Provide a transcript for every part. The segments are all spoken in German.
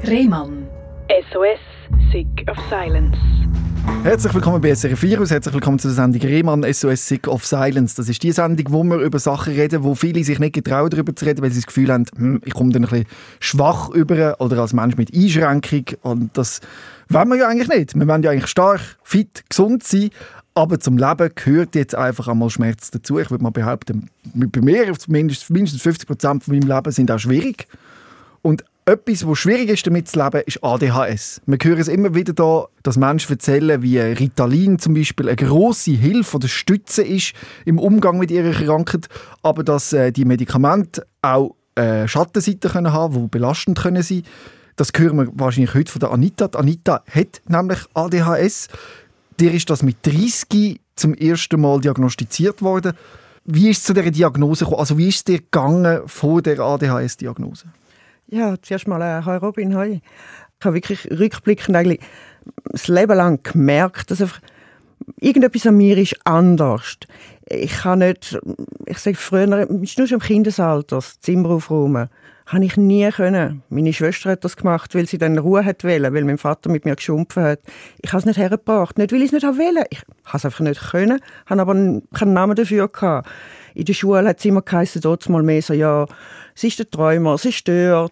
Rehmann. SOS, Sick of Silence. Herzlich willkommen bei SRF Virus, herzlich willkommen zu der Sendung Rehmann, SOS Sick of Silence. Das ist die Sendung, wo wir über Sachen reden, wo viele sich nicht getrauen, darüber zu reden, weil sie das Gefühl haben, ich komme dann ein bisschen schwach über oder als Mensch mit Einschränkung. Und das wollen wir ja eigentlich nicht. Wir wollen ja eigentlich stark, fit, gesund sein. Aber zum Leben gehört jetzt einfach einmal Schmerz dazu. Ich würde mal behaupten, bei mir mindestens 50% von meinem Leben sind auch schwierig. Und etwas, was schwierig ist, damit zu leben, ist ADHS. Wir hören es immer wieder da, dass Menschen erzählen, wie Ritalin zum Beispiel eine grosse Hilfe oder Stütze ist im Umgang mit ihrer Krankheit, aber dass die Medikamente auch Schattenseiten können haben, die belastend können sein. Das hören wir wahrscheinlich heute von der Anita. Die Anita hat nämlich ADHS. Dir ist das mit 30 zum ersten Mal diagnostiziert worden. Wie ist es zu dieser Diagnose gekommen? Also wie ist es dir gegangen vor der ADHS-Diagnose? Ja, zuerst mal «Hoi Robin, hoi». Ich habe wirklich rückblickend eigentlich das Leben lang gemerkt, dass einfach irgendetwas an mir ist anders. Ich kann nicht, ich sage früher, nur schon im Kindesalter, das Zimmer aufräumen, habe ich nie können. Meine Schwester hat das gemacht, weil sie dann Ruhe wollte, weil mein Vater mit mir geschumpft hat. Ich habe es nicht hergebracht, nicht weil ich es nicht wollte. Ich habe es einfach nicht können, habe aber keinen Namen dafür gehabt. In der Schule hat es immer geheißen, dort mal mehr so, ja, sie ist der Träumer, sie stört.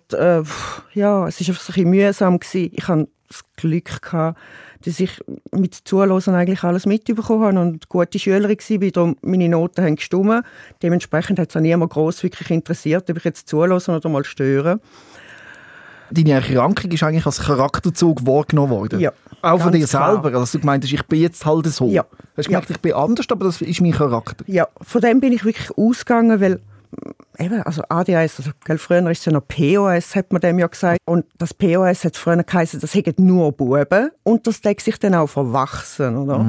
Ja, es war einfach so ein bisschen mühsam gewesen. Ich hatte das Glück gehabt, dass ich mit Zuhören eigentlich alles mitbekommen habe und gute Schülerin war. Darum meine Noten haben gestimmt. Dementsprechend hat es auch niemand gross wirklich interessiert, ob ich jetzt zuhören oder mal stören. Deine Erkrankung ist eigentlich als Charakterzug wahrgenommen worden? Ja. Auch von dir klar. selber? Also du gemeint hast, ich bin jetzt halt so? Ja. Hast du gemerkt, ich bin anders, aber das ist mein Charakter? Ja, von dem bin ich wirklich ausgegangen, weil eben, also ADHS, also früher ist es ja noch POS, hat man dem ja gesagt. Und das POS hat früher geheißen, das hätten nur Buben und das deckt sich dann auch für Erwachsene, oder?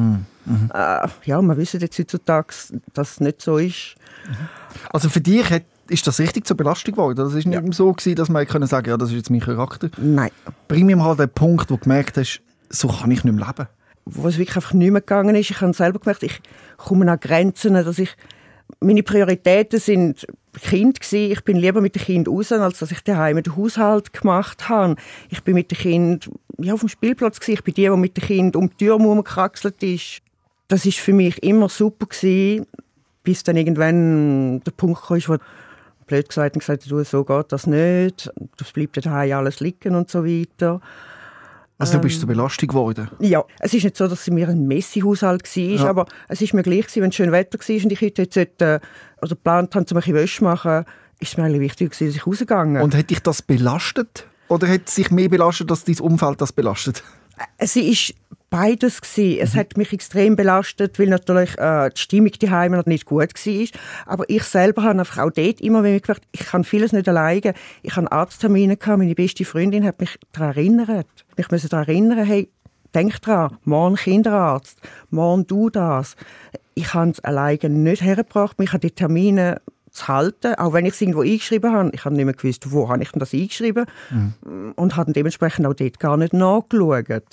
Ja, wir wissen jetzt heutzutage, dass es nicht so ist. Also für dich ist das richtig zur Belastung geworden? Das war nicht mehr so gewesen, dass man sagen konnte, ja, das ist jetzt mein Charakter? Nein. Bring mir mal den Punkt, wo du gemerkt hast, so kann ich nicht mehr leben. Wo es wirklich einfach nicht mehr gegangen ist. Ich habe selber gemerkt, ich komme an Grenzen, dass meine Prioritäten sind Kind gewesen. Ich bin lieber mit den Kindern raus, als dass ich daheim den Haushalt gemacht habe. Ich bin mit den Kindern auf dem Spielplatz gewesen. Ich bin die mit den Kindern um die Tür herumgekraxelt ist. Das war für mich immer super gewesen, bis dann irgendwann der Punkt kam, wo blöd gesagt du, so geht das nicht. Das bleibt daheim alles liegen und so weiter. Also du bist zur Belastung geworden? Ja, es ist nicht so, dass es mir ein Messi-Haushalt war, aber es ist mir gleich gewesen, wenn es schön Wetter war und ich jetzt oder geplant habe, um ein bisschen Wäsche zu machen, ist es mir eigentlich wichtig gewesen, dass ich rausgegangen. Und hat dich das belastet? Oder hat es sich mehr belastet, dass dein Umfeld das belastet? Es war beides gewesen. Es hat mich extrem belastet, weil natürlich die Stimmung daheim noch nicht gut war. Aber ich selber habe einfach auch dort immer wieder gemerkt, ich kann vieles nicht alleine. Ich hatte Arzttermine gehabt. Meine beste Freundin hat mich daran erinnert. Ich musste daran erinnern, hey, denk dran, morgen Kinderarzt, morgen du das. Ich habe es alleine nicht hergebracht. Ich habe die Termine zu halten, auch wenn ich es irgendwo eingeschrieben habe. Ich habe nicht mehr gewusst, wo habe ich denn das eingeschrieben und habe dementsprechend auch dort gar nicht nachgeschaut.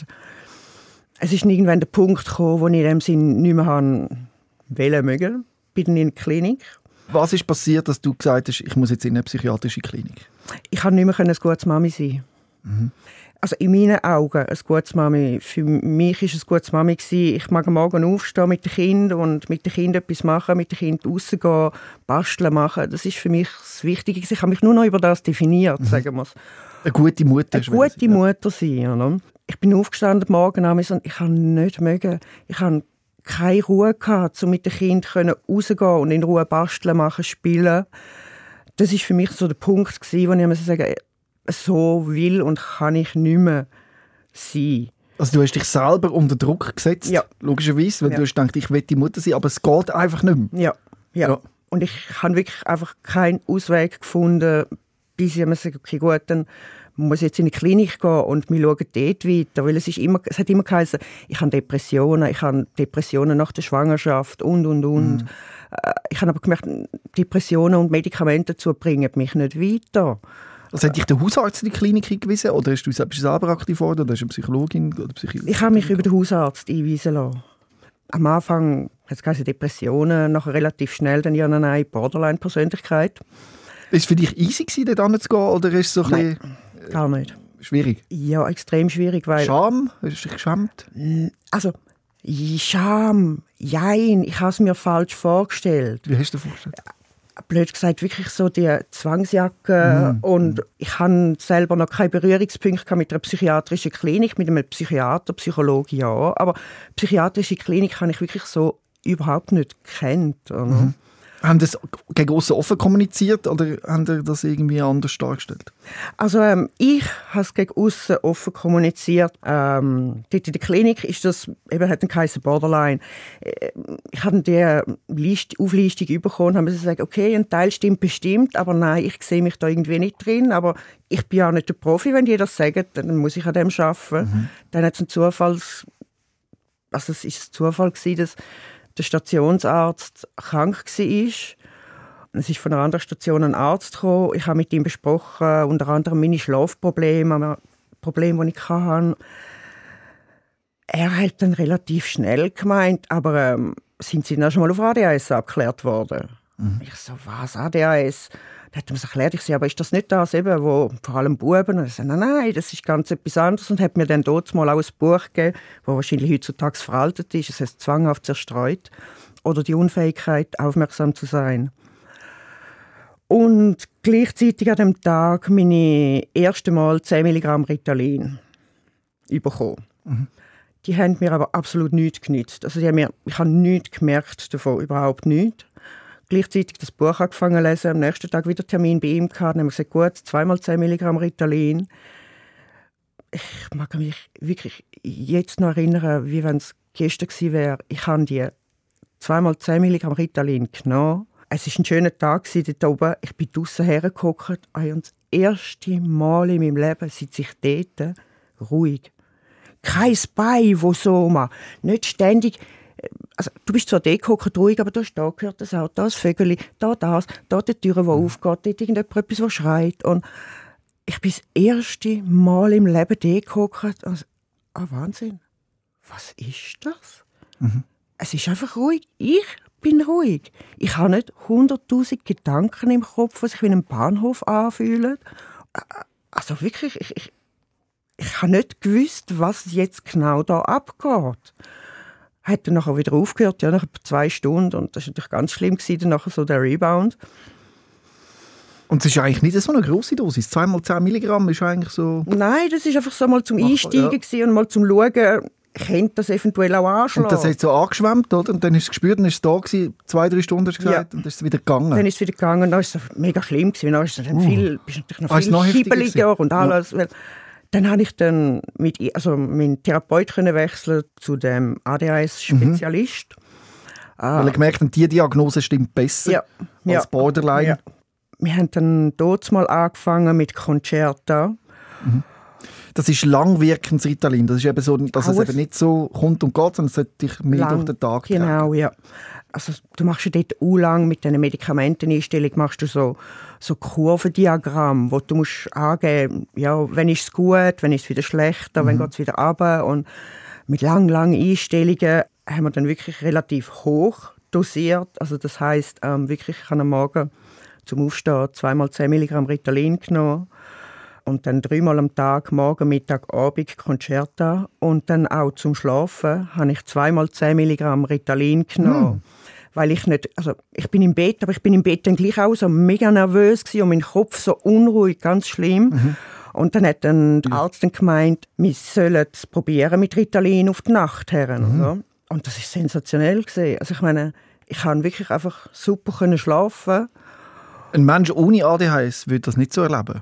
Es ist irgendwann der Punkt gekommen, wo ich in dem Sinn nicht mehr wollen mögen. Bin dann in der Klinik. Was ist passiert, dass du gesagt hast, ich muss jetzt in eine psychiatrische Klinik? Ich konnte nicht mehr eine gute Mami sein. Also in meinen Augen eine gute Mami. Für mich war es eine gute Mami. Ich mag am Morgen aufstehen mit den Kindern und mit den Kindern etwas machen, mit den Kindern rausgehen, basteln machen. Das ist für mich das Wichtige. Ich habe mich nur noch über das definiert, sagen wir es. Eine gute Mutter. Eine gute Mutter sein. Oder? Ich bin aufgestanden morgen und ich habe nicht mögen. Ich habe keine Ruhe gehabt, um mit den Kindern rauszugehen und in Ruhe basteln, machen, spielen. Das war für mich so der Punkt, wo ich sagen musste, so will und kann ich nicht mehr sein. Also du hast dich selber unter Druck gesetzt, ja. Logischerweise, weil du hast gedacht, ich will die Mutter sein, aber es geht einfach nicht mehr. Ja. Und ich habe wirklich einfach keinen Ausweg gefunden, bis ich mir sage, okay, gut, dann muss ich jetzt in die Klinik gehen und wir schauen dort weiter, weil es hat immer geheißen, ich habe Depressionen nach der Schwangerschaft und. Ich habe aber gemerkt, Depressionen und Medikamente dazu bringen mich nicht weiter. Also hat dich der Hausarzt in die Klinik eingewiesen oder bist du selber aktiv geworden oder hast du eine Psychologin oder Psychiaterin? Ich habe mich über den Hausarzt einweisen lassen. Am Anfang hat es geheißen Depressionen, nachher relativ schnell dann eine Borderline-Persönlichkeit. Ist es für dich easy gewesen, dort hinzugehen oder ist es so ein Nein, gar nicht. Schwierig? Ja, extrem schwierig, weil... Scham? Hast du dich geschämt? Also, Scham, jein, ich habe es mir falsch vorgestellt. Wie hast du dir vorgestellt? Blöd gesagt, wirklich so die Zwangsjacke. Und ich hatte selber noch keine Berührungspunkte mit einer psychiatrischen Klinik, mit einem Psychiater, Psychologe ja. Aber psychiatrische Klinik habe ich wirklich so überhaupt nicht gekannt. Oder? Haben das gegen aussen offen kommuniziert oder haben Sie das irgendwie anders dargestellt? Also ich habe es gegen aussen offen kommuniziert. Dort in der Klinik ist das, eben hat geheißen Borderline. Ich habe die Auflistung bekommen, haben sie gesagt, okay, ein Teil stimmt bestimmt, aber nein, ich sehe mich da irgendwie nicht drin. Aber ich bin ja nicht der Profi, wenn die das sagen, dann muss ich an dem arbeiten. Dann hat es es war ein Zufall gewesen, dass der Stationsarzt krank war. Es ist von einer anderen Station ein Arzt gekommen. Ich habe mit ihm besprochen, unter anderem meine Schlafprobleme, Probleme, die ich hatte. Er hat dann relativ schnell gemeint, aber sind Sie dann schon mal auf ADHS abgeklärt worden? Ich so, was, ADHS? Dann hat er mir erklärt, ich so, aber ist das nicht das eben, wo vor allem Buben? Und er so, nein, das ist ganz etwas anderes. Und hat mir dann dort mal auch ein Buch gegeben, das wahrscheinlich heutzutage veraltet ist. Es heißt «Zwanghaft zerstreut» oder «Die Unfähigkeit, aufmerksam zu sein». Und gleichzeitig an dem Tag meine erste Mal 10 Milligramm Ritalin bekommen. Die haben mir aber absolut nichts genützt. Also ich habe nichts gemerkt davon, überhaupt nichts. Gleichzeitig das Buch angefangen zu lesen, am nächsten Tag wieder Termin bei ihm gehabt. Dann haben wir gesagt, gut, 2x 10 Milligramm Ritalin. Ich mag mich wirklich jetzt noch erinnern, wie wenn es gestern gewesen wäre. Ich habe die 2x 10 Milligramm Ritalin genommen. Es war ein schöner Tag dort oben. Ich bin draussen hergeguckt. Und das erste Mal in meinem Leben sitze ich dort ruhig. Kein Bein, das so macht. Nicht ständig. Also, du bist zwar dort ruhig, aber du hast da gehört das Auto, da das Vögel, da das, da die Tür, die aufgeht, dort irgendetwas, der schreit. Und ich bin das erste Mal im Leben dort gehockt. Also, Wahnsinn. Was ist das? Es ist einfach ruhig. Ich bin ruhig. Ich habe nicht 100'000 Gedanken im Kopf, was sich wie ein Bahnhof anfühlen. Also wirklich, ich habe nicht gewusst, was jetzt genau da abgeht. Hat dann nachher wieder aufgehört, ja, nach 2 Stunden. Und das war natürlich ganz schlimm, dann nachher so der Rebound. Und es ist eigentlich nicht so eine grosse Dosis. 2x 10 Milligramm ist eigentlich so... Nein, das war einfach so mal zum Einsteigen und mal zum Schauen, könnte das eventuell auch anschlagen. Und das hat so angeschwemmt, oder? Und dann hast du gespürt, dann war es da gewesen, 2-3 Stunden hast du gesagt, und dann ist es wieder gegangen. Dann ist es wieder gegangen, und dann war es mega schlimm gewesen. Dann bist du natürlich noch viel hibbeliger und alles. Ja. Dann habe ich dann meinen Therapeut wechseln zu dem ADHS-Spezialist. Weil er gemerkt hat, die Diagnose stimmt besser als Borderline. Ja. Wir haben dann dort mal angefangen mit Concerta. Das ist langwirkendes Ritalin. Das ist eben so, dass es eben nicht so kommt und geht, sondern es sollte dich mehr durch den Tag tragen. Genau, ja. Also du machst ja dort lang mit diesen Medikamenteneinstellungen machst du so Kurvendiagramm, wo du musst angeben, ja, wenn ist es gut, wenn ist es wieder schlechter, wenn geht es wieder runter. Und mit langen Einstellungen haben wir dann wirklich relativ hoch dosiert. Also das heisst, wirklich, ich habe am Morgen zum Aufstehen 2x 10 Milligramm Ritalin genommen. Und dann 3-mal am Tag, Morgen, Mittag, Abend, Concerta. Und dann auch zum Schlafen habe ich 2x 10 Milligramm Ritalin genommen. Weil ich nicht, also ich bin im Bett, aber ich bin im Bett dann gleich auch so mega nervös gewesen und mein Kopf so unruhig, ganz schlimm. Und dann hat dann der Arzt dann gemeint, wir sollen es probieren mit Ritalin auf die Nacht her. Und das ist sensationell gewesen. Also ich meine, ich konnte wirklich einfach super schlafen. Ein Mensch ohne ADHS würde das nicht so erleben?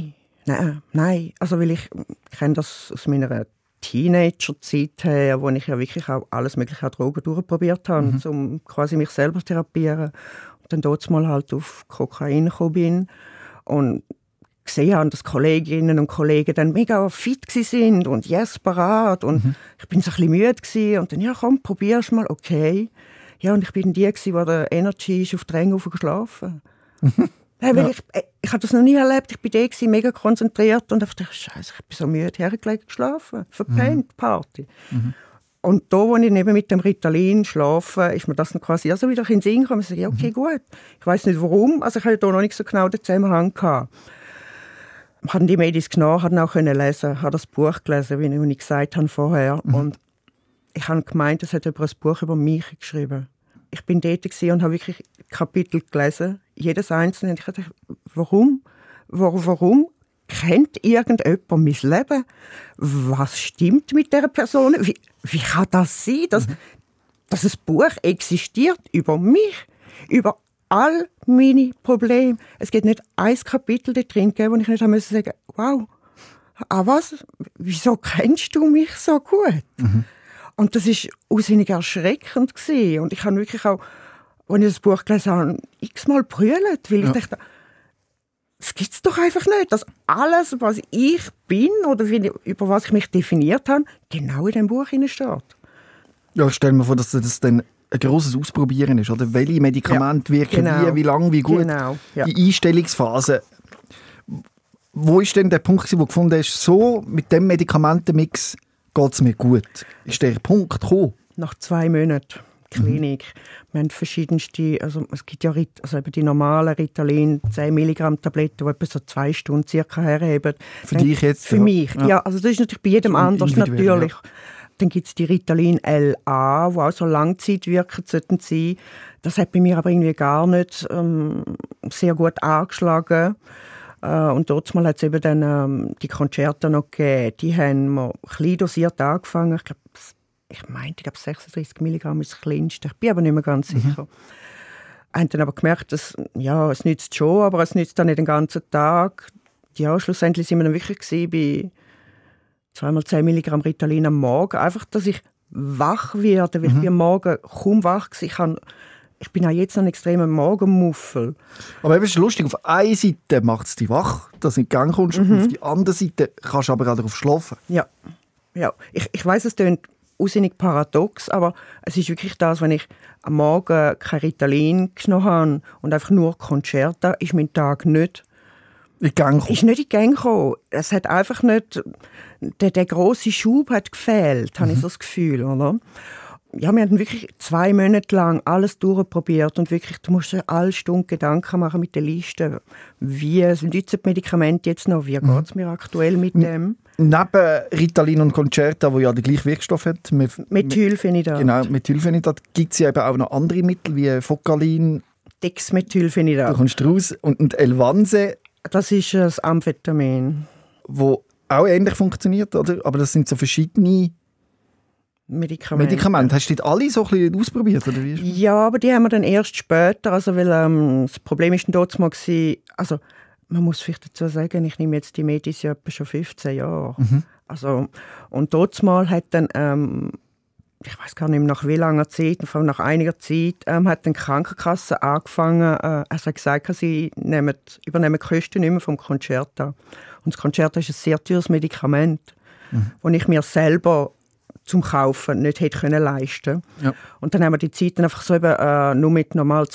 Nein. Also weil ich kenne das aus meiner Teenager-Zeit her, wo ich ja wirklich auch alles mögliche an Drogen durchprobiert habe, um quasi mich selber zu therapieren. Und dann dort mal halt auf Kokain gekommen bin und gesehen habe, dass Kolleginnen und Kollegen dann mega fit sind und yes, parat. Und ich bin so ein bisschen müde gewesen. Und dann, ja komm, probier's mal, okay. Ja, und ich bin die gewesen, die der Energy ist auf die Ränge geschlafen. Weil ich habe das noch nie erlebt. Ich war da, mega konzentriert und dachte, Scheiße, ich bin so müde, hergelegt, geschlafen, verpennt, Party. Und da, wo ich neben mit dem Ritalin schlafe, ist mir das dann quasi also wieder in den Sinn gekommen. Ich sage, ja, okay, gut. Ich weiss nicht warum, also ich hatte da noch nicht so genau den Zusammenhang gehabt. habe die Medis genommen, habe auch lesen, habe das Buch gelesen, wie ich gesagt habe vorher. Und ich habe gemeint, es hat jemand ein Buch über mich geschrieben. Ich bin dort und habe wirklich Kapitel gelesen, jedes einzelne. Und ich dachte, warum kennt irgendjemand mein Leben? Was stimmt mit dieser Person? Wie kann das sein, dass ein Buch existiert über mich, über all meine Probleme? Es gibt nicht ein Kapitel da drin, wo ich nicht sagen musste, wow, was? Wieso kennst du mich so gut? Und das war aussinnig erschreckend gewesen. Und ich habe wirklich auch, als ich das Buch gelesen habe, x-mal brüllt, weil ich dachte, das gibt es doch einfach nicht, dass alles, was ich bin oder über was ich mich definiert habe, genau in diesem Buch steht. Ja, stell mir vor, dass das dann ein grosses Ausprobieren ist, oder? Welche Medikamente wirken wie lang, wie gut. Genau, ja. Die Einstellungsphase. Wo ist denn der Punkt, wo du gefunden hast, so mit dem Medikamentenmix geht es mir gut? Ist der Punkt gekommen? Nach 2 Monaten Klinik. Wir haben verschiedenste, also es gibt ja eben die normalen Ritalin, 10 Milligramm Tabletten, die etwa so 2 Stunden circa herheben. Für dich jetzt? Für mich, ja. Also das ist natürlich bei jedem anders natürlich. Ja. Dann gibt es die Ritalin LA, die auch so langzeitwirkend sollten sein. Das hat bei mir aber irgendwie gar nicht sehr gut angeschlagen. Und dort mal hat es eben dann die Concerta noch gegeben. Die haben wir klein dosiert angefangen. Ich glaube 36 Milligramm ist das kleinste. Ich bin aber nicht mehr ganz sicher. Haben dann aber gemerkt, dass, ja, es nützt schon, aber es nützt dann nicht den ganzen Tag. Ja, schlussendlich sind wir dann wirklich bei 2x10 Milligramm Ritalin am Morgen. Einfach, dass ich wach werde, weil ich bin am Morgen kaum wach war. Ich bin auch jetzt noch ein extremer Morgenmuffel. Aber eben ist lustig, auf einer Seite macht es dich wach, dass du in Gang kommst, und auf die andere Seite kannst du aber auch darauf schlafen. Ja. Ich weiss, es klingt aussinnig paradox, aber es ist wirklich das, wenn ich am Morgen kein Ritalin genommen habe und einfach nur Concerta, ist mein Tag nicht in Gang gekommen. Ist nicht in Gang gekommen. Es hat einfach nicht, der grosse Schub hat gefehlt, habe ich so das Gefühl, oder? Ja, wir haben wirklich 2 Monate lang alles durchprobiert und wirklich, du musst dir alle Stunden Gedanken machen mit der Liste. Wie nützen die Medikamente jetzt noch? Wie geht es mir aktuell mit dem? Neben Ritalin und Concerta, wo ja der gleiche Wirkstoff hat, Methylphenidat. Genau, Methylphenidat, gibt es ja eben auch noch andere Mittel wie Focalin. Dexmethylphenidat. Du kommst raus. Und Elvanse. Das ist das Amphetamin. Wo auch ähnlich funktioniert, oder? Aber das sind so verschiedene Medikamente. Hast du die alle so ein bisschen ausprobiert? Oder wie? Ja, aber die haben wir dann erst später. Also, weil, das Problem war dann dort mal, also, man muss vielleicht dazu sagen, ich nehme jetzt die Medis ja etwa schon 15 Jahre. Also, und dort mal hat dann, ich weiß gar nicht mehr nach wie langer Zeit, vor allem nach einiger Zeit, hat dann die Krankenkasse angefangen, also hat gesagt, sie übernehmen die Kosten nicht mehr vom Concerta. Und das Concerta ist ein sehr teures Medikament, das ich mir selber zum Kaufen nicht hätte leisten können. Ja. Und dann haben wir die Zeit einfach so eben, nur mit normal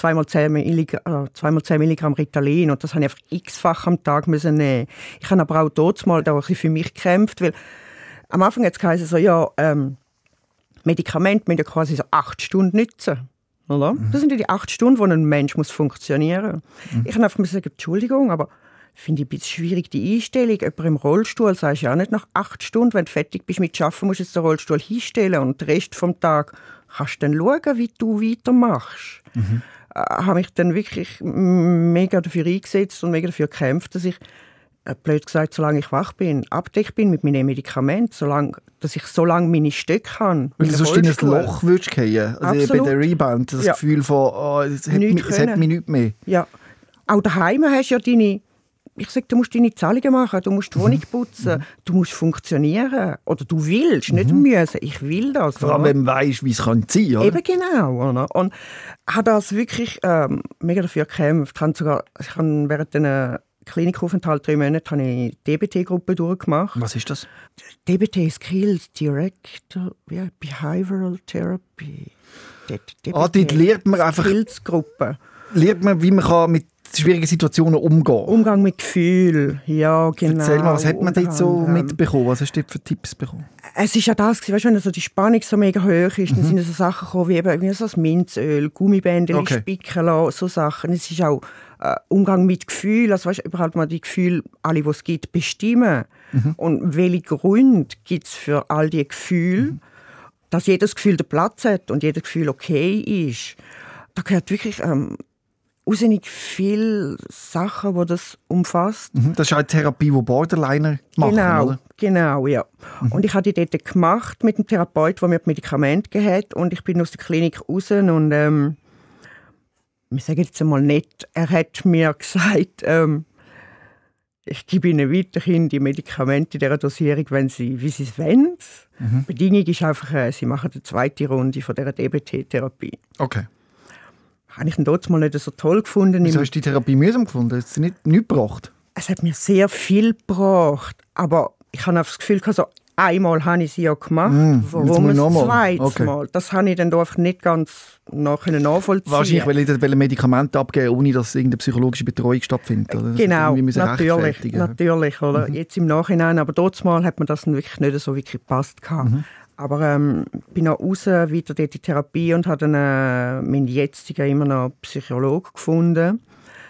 2x10 Milligramm Ritalin, und das habe ich einfach x-fach am Tag müssen nehmen. Ich habe aber auch dort mal da ein bisschen für mich gekämpft, weil am Anfang hat es geheißen, so, ja, Medikamente müssen ja quasi so 8 Stunden nützen. Oder? Das sind ja die 8 Stunden, wo ein Mensch muss funktionieren muss. Ich habe einfach gesagt, Entschuldigung, aber finde ich ein bisschen schwierig, die Einstellung. Jemand im Rollstuhl sagst du ja auch nicht nach 8 Stunden, wenn du fertig bist mit Arbeiten, musst du jetzt den Rollstuhl hinstellen und den Rest vom Tag kannst du dann schauen, wie du weitermachst. Habe mich dann wirklich mega dafür eingesetzt und mega dafür gekämpft, dass ich, blöd gesagt, solange ich wach bin, abgedeckt bin mit meinen Medikamenten, dass ich so lange meine Stöcke habe. Weil du sonst in ein Loch würdest fallen. Also bei der Rebound, das Gefühl von, es hat mich nicht mehr. Ja. Auch daheim hast du ja deine, ich sage, du musst deine Zahlungen machen, du musst die Wohnung putzen, du musst funktionieren. Oder du willst, nicht müssen. Ich will das. Vor allem, wenn du weißt, wie es sein kann. Oder? Eben genau. Oder? Und habe das wirklich mega dafür gekämpft. Ich habe während einer Klinikaufenthalt 3 Monate habe ich DBT-Gruppe durchgemacht. Was ist das? DBT Skills Director Behavioral Therapy. Dort lernt man einfach. Skills-Gruppe. Lernt man, wie man mit schwierigen Situationen umgehen. Umgang mit Gefühl, ja, genau. Erzähl mal, was hat man dort so mitbekommen? Was hast du dort für Tipps bekommen? Es ist ja das, weißt, wenn so die Spannung so mega hoch ist, dann sind so Sachen gekommen, wie eben so das Minzöl, Gummibändchen, spicken lassen, so Sachen. Es ist auch Umgang mit Gefühl, also weißt, überhaupt mal die Gefühle, alle, die es gibt, bestimmen. Und welche Gründe gibt es für all diese Gefühle, dass jedes Gefühl den Platz hat und jedes Gefühl okay ist. Da gehört wirklich wahnsinnig viele Sachen, die das umfasst. Das ist eine Therapie, die Borderliner machen, oder? Genau, ja. Und ich habe die dort gemacht mit dem Therapeut, der mir Medikamente gegeben hat. Und ich bin aus der Klinik raus und wir sagen jetzt einmal nicht, er hat mir gesagt, ich gebe Ihnen weiterhin die Medikamente in dieser Dosierung, wie Sie es wollen. Die Bedingung ist einfach, Sie machen eine zweite Runde von dieser DBT-Therapie. Okay. Habe ich dort mal nicht so toll gefunden. Wieso hast du die Therapie mühsam gefunden? Hat sie nichts gebracht? Es hat mir sehr viel gebracht, aber ich habe das Gefühl, so einmal habe ich sie ja gemacht, warum ein zweites Mal? Das habe ich dann einfach nicht ganz nachvollziehen. Wahrscheinlich, weil ich Medikamente abgeben, ohne dass irgendeine psychologische Betreuung stattfindet. Oder? Genau, natürlich. Oder? Jetzt im Nachhinein, aber dort mal hat mir das wirklich nicht so wirklich gepasst. Aber bin noch raus, weiter dort in die Therapie und habe dann meinen jetzigen immer noch Psychologen gefunden.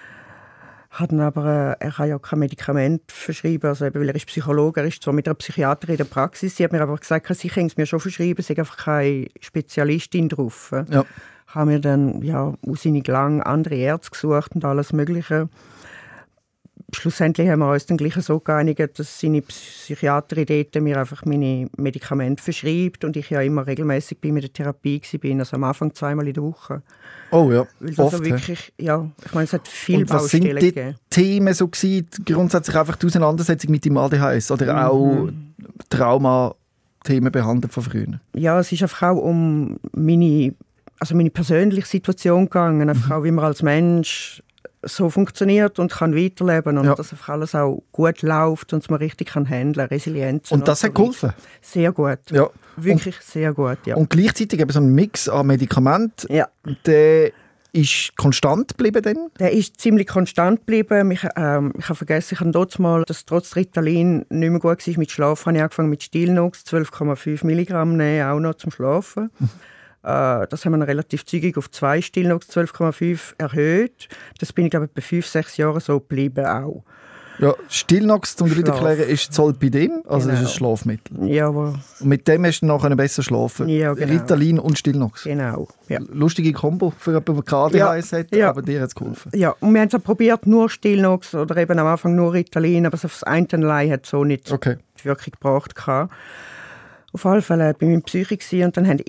Aber er kann ja kein Medikament verschreiben, also eben, weil er ist Psychologe, er ist zwar mit einer Psychiaterin in der Praxis, sie hat mir aber gesagt, sie kann es mir schon verschreiben, sie ist einfach keine Spezialistin drauf. Ja. Haben wir dann wahnsinnig lang andere Ärzte gesucht und alles Mögliche. Schlussendlich haben wir uns dann gleich so geeinigt, dass seine Psychiaterin dort mir einfach meine Medikamente verschreibt und ich ja immer regelmäßig bei mir in der Therapie war, also am Anfang 2-mal in der Woche. Oh ja, weil oft. Also wirklich, ja, ich meine, es hat viele Und Baustellen was sind die gegeben. Themen so gewesen? Grundsätzlich einfach die Auseinandersetzung mit dem ADHS oder auch Trauma-Themen behandelt von früher? Ja, es ist einfach auch um meine persönliche Situation gegangen, einfach auch, wie man als Mensch so funktioniert und kann weiterleben und dass einfach alles auch gut läuft und man richtig kann handeln, Resilienz. Und das hat geholfen? Sehr gut. Ja. Wirklich sehr gut, ja. Und gleichzeitig eben so ein Mix an Medikamenten, der ist konstant geblieben dann? Der ist ziemlich konstant geblieben. Ich habe vergessen, ich habe dort mal, dass trotz Ritalin nicht mehr gut war mit Schlafen, habe ich angefangen mit Stilnox, 12,5 Milligramm nehmen, auch noch zum Schlafen. Das haben wir relativ zügig auf 2 Stilnox 12,5 erhöht. Das bin ich, glaube ich, bei 5-6 Jahren so geblieben auch. Ja, Stilnox, um dir zu erklären, ist Zolpidem, also das ist ein Schlafmittel. Jawohl. Und mit dem hast du nachher besser schlafen. Ja, genau. Ritalin und Stilnox. Genau. Ja. Lustige Kombo für jemanden, der ADHS hat, aber dir hat es geholfen. Ja, und wir haben es probiert, nur Stilnox oder eben am Anfang nur Ritalin, aber das eine hat so nicht die Wirkung gebracht. Auf alle Fälle bei meinem Psyche und dann haben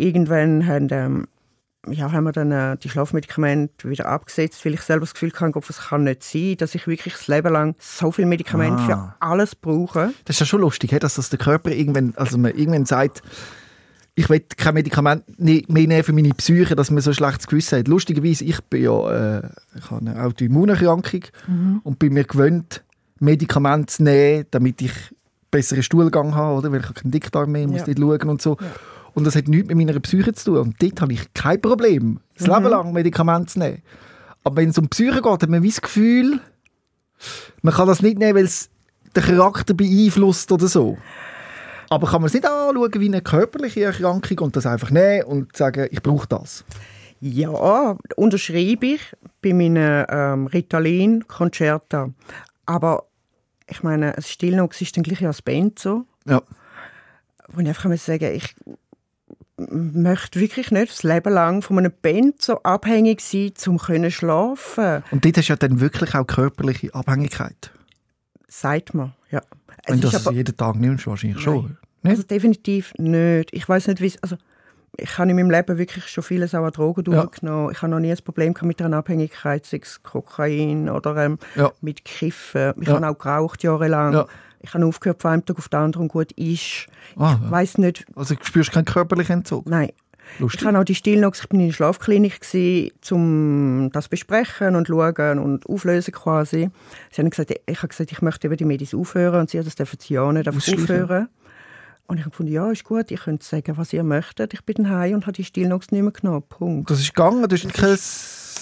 wir dann die Schlafmedikamente wieder abgesetzt, weil ich selber das Gefühl hatte, es kann nicht sein, dass ich wirklich das Leben lang so viele Medikamente für alles brauche. Das ist ja schon lustig, dass das der Körper irgendwann sagt, ich will kein Medikament mehr nehmen für meine Psyche, dass man so ein schlechtes Gewissen hat. Lustigerweise, ich habe eine Autoimmunerkrankung und bin mir gewöhnt, Medikamente zu nehmen, damit ich besseren Stuhlgang habe, oder? Weil ich keinen Dickdarm mehr muss nicht schauen und so. Ja. Und das hat nichts mit meiner Psyche zu tun. Und dort habe ich kein Problem, das Leben lang Medikamente zu nehmen. Aber wenn es um Psyche geht, hat man das Gefühl, man kann das nicht nehmen, weil es den Charakter beeinflusst oder so. Aber kann man es nicht anschauen wie eine körperliche Erkrankung und das einfach nehmen und sagen, ich brauche das? Ja, unterschreibe ich bei meinen Ritalin-Concerta. Aber ich meine, ein Stilnox ist dann gleich als Benzo. Ja. Wo ich einfach sagen ich möchte wirklich nicht das Leben lang von einem Benzo abhängig sein, um zu schlafen. Und dort hast du ja dann wirklich auch körperliche Abhängigkeit? Sagt man, ja. Wenn du das jeden Tag nimmst, wahrscheinlich schon. Nicht? Also definitiv nicht. Ich weiss nicht, wie es... Also, ich habe in meinem Leben wirklich schon vieles auch an Drogen durchgenommen. Ich habe noch nie ein Problem mit einer Abhängigkeit, sei es Kokain oder mit Kiffen. Ich habe auch geraucht jahrelang. Ja. Ich habe aufgehört von einem Tag auf den anderen und gut ist. Ich weiss nicht... Also du spürst keinen körperlichen Entzug? Nein. Lustig. Ich habe auch die Stillnox, ich bin in der Schlafklinik um das besprechen und schauen und auflösen quasi. Sie haben gesagt, ich möchte eben die Medis aufhören und sie haben das dürfen sie ja nicht aufhören. Und ich habe gefunden, ja, ist gut, ihr könnt sagen, was ihr möchtet. Ich bin dann heim und habe die Stillnox nicht mehr genommen. Punkt. Das ist gegangen? Du hast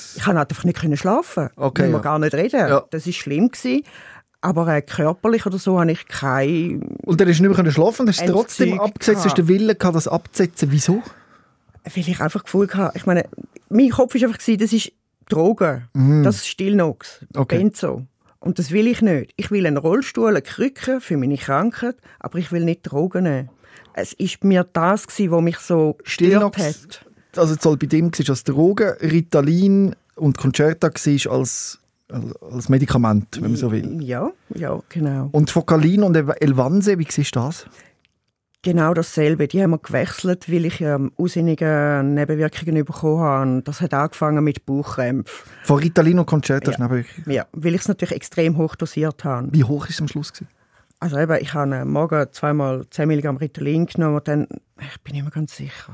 das... Ich konnte einfach nicht schlafen. Okay, wir gar nicht reden. Ja. Das war schlimm gewesen. Aber körperlich oder so habe ich keine... Und dann hast du nicht mehr schlafen, dann hast du trotzdem Entzug abgesetzt, hast du den Willen gehabt, das abzusetzen. Wieso? Weil ich einfach Gefühl hatte, ich meine, mein Kopf war einfach, das ist Drogen. Das ist Stillnox, Benzo. Und das will ich nicht. Ich will einen Rollstuhl, eine Krücke für meine Krankheit, aber ich will nicht Drogen nehmen. Es war mir das, was mich so gestört hat. Also Zolpidem war als Drogen, Ritalin und Concerta war als Medikament, wenn man so will. Ja, genau. Und Focalin und Elvanse, wie siehst du das? Genau dasselbe. Die haben wir gewechselt, weil ich unsinnige Nebenwirkungen bekommen habe. Das hat angefangen mit Bauchkrämpfen. Von Ritalin und Concerta hast du Nebenwirkungen? Ja, weil ich es natürlich extrem hoch dosiert habe. Wie hoch war es am Schluss? Also eben, ich habe morgen 2-mal 10 Milligramm Ritalin genommen und dann, ich bin nicht mehr ganz sicher,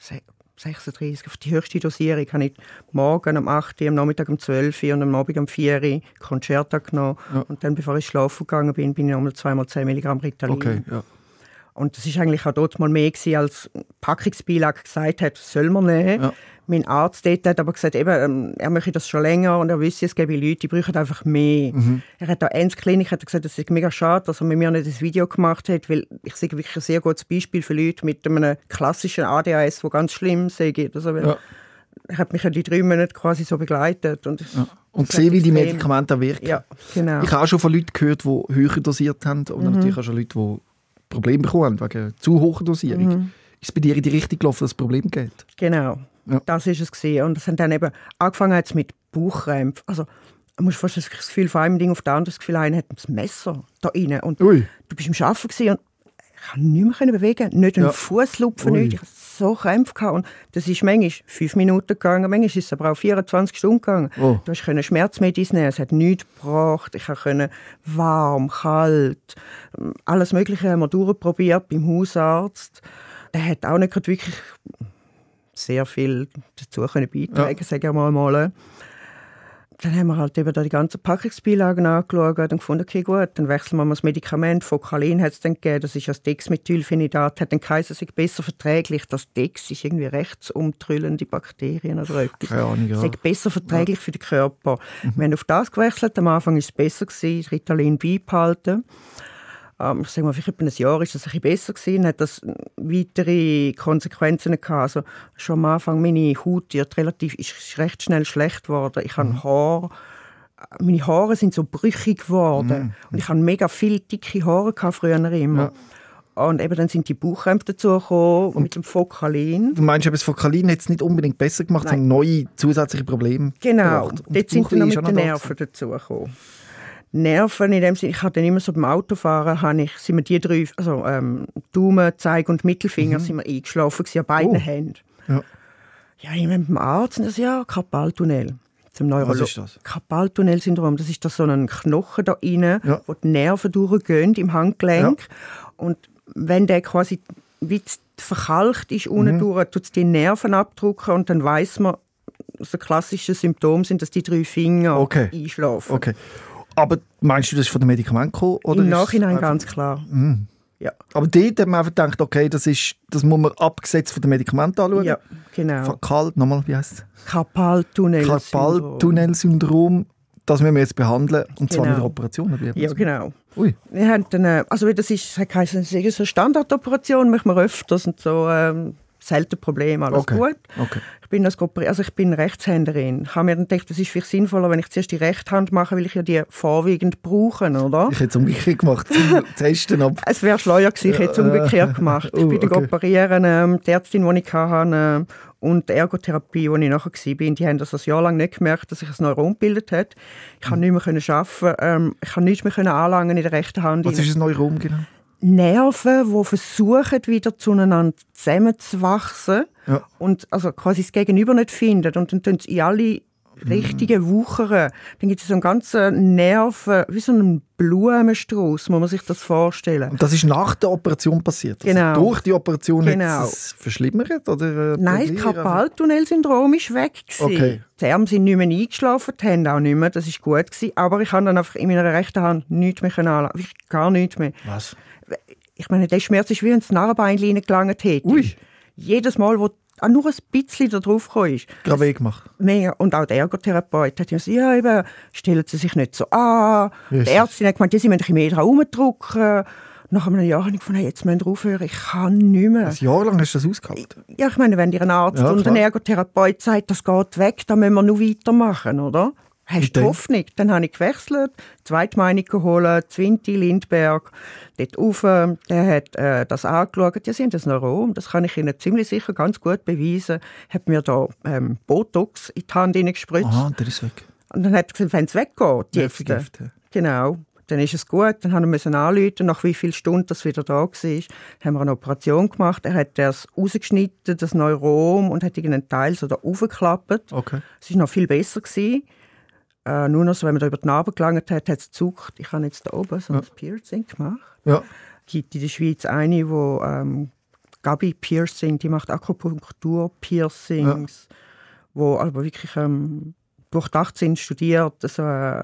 36, auf die höchste Dosierung habe ich morgen um 8 Uhr, am Nachmittag um 12 Uhr und am Abend um 4 Uhr Concerta genommen. Ja. Und dann, bevor ich schlafen gegangen bin, bin ich nochmal 2-mal 10 Milligramm Ritalin. Okay, ja. Und das war eigentlich auch dort mal mehr gewesen, als die Packungsbeilage gesagt hat, soll man nehmen. Ja. Mein Arzt dort hat aber gesagt, eben, er möchte das schon länger und er wüsste, es gäbe Leute, die brauchen einfach mehr. Er hat an der Klinik gesagt, es ist mega schade, dass er mit mir nicht das Video gemacht hat, weil ich sehe wirklich ein sehr gutes Beispiel für Leute mit einem klassischen ADHS, das ganz schlimm ist. Also, er hat mich ja die 3 Monate quasi so begleitet. Und gesehen, wie die Medikamente wirken. Ja, genau. Ich habe auch schon von Leuten gehört, die höher dosiert haben und natürlich auch schon Leute, die Probleme bekommen haben wegen zu hoher Dosierung. Ist es bei dir in die Richtung gelaufen, dass es Probleme gibt? Genau. Ja. Das war es gewesen. Und es hat dann eben angefangen mit Bauchkrämpfen. Also, du musst fast das Gefühl von einem Ding auf das andere, das Gefühl, einer hat das Messer da rein. Und du bist am Arbeiten gewesen und ich konnte nicht mehr bewegen, nicht einen Fuß lupfen, nicht. Ich hatte so Krämpfe gehabt. Und das ist manchmal 5 Minuten gegangen, manchmal ist es aber auch 24 Stunden gegangen. Du hast Schmerzmedizin nehmen, es hat nichts gebracht. Ich konnte warm, kalt, alles Mögliche haben wir durchprobiert beim Hausarzt. Der hat auch nicht wirklich sehr viel dazu beitragen, sagen wir mal. Dann haben wir halt eben da die ganzen Packungsbeilagen angeschaut und gefunden, okay, gut, dann wechseln wir mal das Medikament. Focalin hat es dann gegeben, das ist das Dexmethylphenidat, hat dann geheißen, es sei besser verträglich. Das Dex ist irgendwie rechtsumtrüllende Bakterien oder etwas. Keine Ahnung, es sei besser verträglich für den Körper. Wir haben auf das gewechselt, am Anfang war es besser gewesen, Ritalin beibehalten. Ich sage mal, vielleicht etwa ein Jahr ist das ein bisschen besser gewesen, hat das weitere Konsequenzen gehabt. Also schon am Anfang, meine Haut ist recht schnell schlecht geworden. Ich habe meine Haare sind so brüchig geworden. Und ich hatte mega viele dicke Haare früher immer. Ja. Und eben dann sind die Bauchkrämpfe dazugekommen mit dem Focalin. Du meinst, das Focalin hat es nicht unbedingt besser gemacht, sondern neue zusätzliche Probleme Genau, dort sind dann noch mit den Nerven dazugekommen. Nerven in dem Sinne, ich hatte dann immer so beim Autofahren, sind mir die 3, also Daumen, Zeig und Mittelfinger, sind wir eingeschlafen gewesen, an beiden Händen. Ja, ich mit dem Arzt, das Karpaltunnel. Was ist das? Karpaltunnelsyndrom, das ist da so ein Knochen da rein, wo die Nerven durchgehen im Handgelenk. Ja. Und wenn der quasi wie verkalkt ist unten durch, tut es die Nerven abdrücken und dann weiss man, so klassische Symptome sind, dass die 3 Finger einschlafen. Okay. Aber meinst du, das ist von den Medikamenten gekommen? Oder im Nachhinein ganz klar. Ja. Aber dort hat man einfach gedacht, okay, das muss man abgesetzt von den Medikamenten anschauen. Ja, genau. Nochmal, wie heisst es? Karpaltunnelsyndrom. Das müssen wir jetzt behandeln, und zwar mit der Operation. Ja, genau. Ui. Wir haben dann, also das ist eine Standardoperation, machen wir öfters und so. Selten Problem, alles gut. Okay. Ich bin Rechtshänderin. Ich habe mir dann gedacht, das ist vielleicht sinnvoller, wenn ich zuerst die rechte Hand mache, weil ich ja die vorwiegend brauche, oder? Ich hätte es umgekehrt gemacht, zum Testen. Es wäre schleuer gewesen, ich hätte es umgekehrt gemacht. Ich bin operieren, die Ärztin, die ich hatte, und die Ergotherapie, wo ich nachher war, die haben das ein Jahr lang nicht gemerkt, dass sich ein Neuron gebildet hat. Ich konnte nicht mehr arbeiten, ich konnte nichts mehr anlangen in der rechten Hand. Was ist ein Neuron genau? Nerven, die versuchen, wieder zueinander zusammenzuwachsen und also quasi das Gegenüber nicht finden. Und dann tun sie in alle Richtungen wuchern. Dann gibt es so einen ganzen Nerven, wie so einen Blumenstrauß, muss man sich das vorstellen. Und das ist nach der Operation passiert? Genau. Also durch die Operation hat es verschlimmert? Oder nein, das Karpaltunnelsyndrom war weg. Okay. Die Arme sind nicht mehr eingeschlafen, die Hände auch nicht mehr, das war gut gewesen. Aber ich konnte dann einfach in meiner rechten Hand nichts mehr anlangen. Gar nichts mehr. Was? Ich meine, der Schmerz ist wie wenn es Narbenbein reingelangt hätte. Ui. Jedes Mal, wo nur ein bisschen da drauf gekommen ist. Gerade gemacht. Mehr. Und auch der Ergotherapeut hat gesagt, ja, eben, stellen Sie sich nicht so an. Die Ärztin hat gemeint, ja, Sie müssen ein bisschen mehr dran rumdrücken. Nach einem Jahr habe ich gefunden, jetzt müssen wir aufhören, ich kann nicht mehr. Ein Jahr lang hast du das ausgehalten? Ja, ich meine, wenn dir ein Arzt und ein Ergotherapeut sagt, das geht weg, dann müssen wir noch weitermachen, oder? Hast du Hoffnung? Dann habe ich gewechselt, zweite Meinung geholt, Zwinti, Lindberg, dort rauf, der hat das angeschaut. Ja, sie haben das Neurom, das kann ich Ihnen ziemlich sicher ganz gut beweisen. Hat mir da Botox in die Hand hineingespritzt. Aha, der ist weg. Und dann hat er gesagt, wenn es weggeht, jetzt. Genau. Dann ist es gut, dann haben wir anrufen, nach wie vielen Stunden das wieder da war, haben wir eine Operation gemacht. Er hat das rausgeschnitten, das Neurom, und hat irgendeinen Teil so da raufgeklappt. Okay. Es war noch viel besser gewesen. Nur noch so, wenn man da über die Narbe gelangt hat, hat es gezuckt. Ich habe jetzt da oben so ein Piercing gemacht. Ja. Es gibt in der Schweiz eine, die Gabi Piercing, die macht Akupunktur-Piercings, wo aber wirklich durchdacht sind, studiert. Also,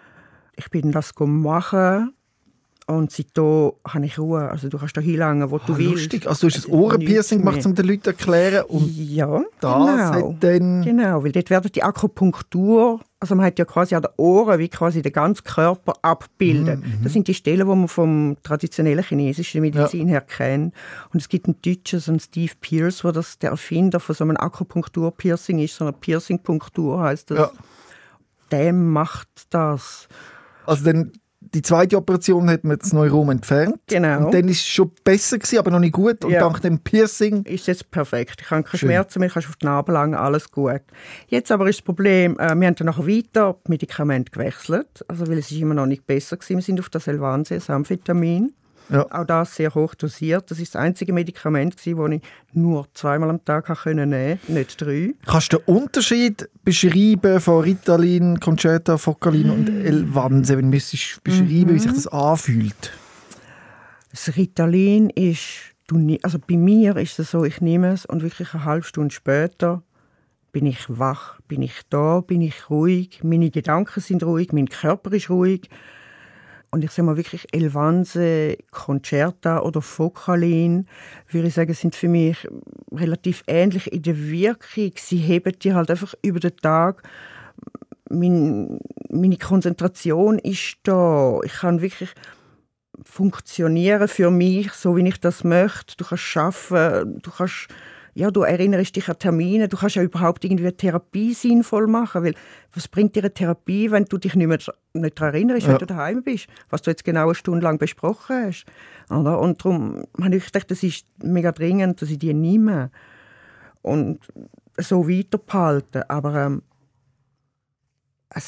ich bin das machen und seitdem habe ich Ruhe. Also du kannst da hinlangen, wo du willst. Lustig. Also du hast ein Ohrenpiercing gemacht, um den Leuten zu erklären. Und ja, das genau. Hat dann... Genau, weil dort werden die Akupunktur, also man hat ja quasi an den Ohren wie quasi den ganzen Körper abbilden. Das sind die Stellen, die man vom traditionellen chinesischen Medizin her kennt. Und es gibt einen Deutschen, so einen Steve Pierce, der Erfinder von so einem Akupunktur-Piercing ist, so eine Piercing-Punktur heisst das. Ja. Der macht das. Also dann, die zweite Operation hat man das Neurom entfernt. Genau. Und dann war es schon besser gewesen, aber noch nicht gut. Und dank dem Piercing... Ist jetzt perfekt. Ich habe keine Schmerzen mehr, ich kann auf die Narbe langen, alles gut. Jetzt aber ist das Problem, wir haben dann nachher weiter Medikamente gewechselt, also weil es ist immer noch nicht besser gewesen. Wir sind auf das Elvanse, das Amphetamin. Ja. Auch das sehr hoch dosiert. Das ist das einzige Medikament, das ich nur 2-mal am Tag nehmen konnte, nicht 3. Kannst du den Unterschied beschreiben von Ritalin, Concerta, Focalin und Elvanse, wenn du beschreiben, wie sich das anfühlt? Das Ritalin ist, also bei mir ist es so, ich nehme es und wirklich eine halbe Stunde später bin ich wach, bin ich da, bin ich ruhig, meine Gedanken sind ruhig, mein Körper ist ruhig. Und ich sage mal wirklich, Elvanse, Concerta oder Focalin, würde ich sagen, sind für mich relativ ähnlich in der Wirkung. Sie heben die halt einfach über den Tag. Meine Konzentration ist da. Ich kann wirklich funktionieren für mich, so wie ich das möchte. Du kannst arbeiten, du erinnerst dich an Termine, du kannst ja überhaupt irgendwie eine Therapie sinnvoll machen, weil was bringt dir eine Therapie, wenn du dich nicht daran erinnerst, wenn du daheim bist, was du jetzt genau eine Stunde lang besprochen hast. Oder? Und darum habe ich gedacht, das ist mega dringend, dass ich die nehme und so weiter behalten. Aber es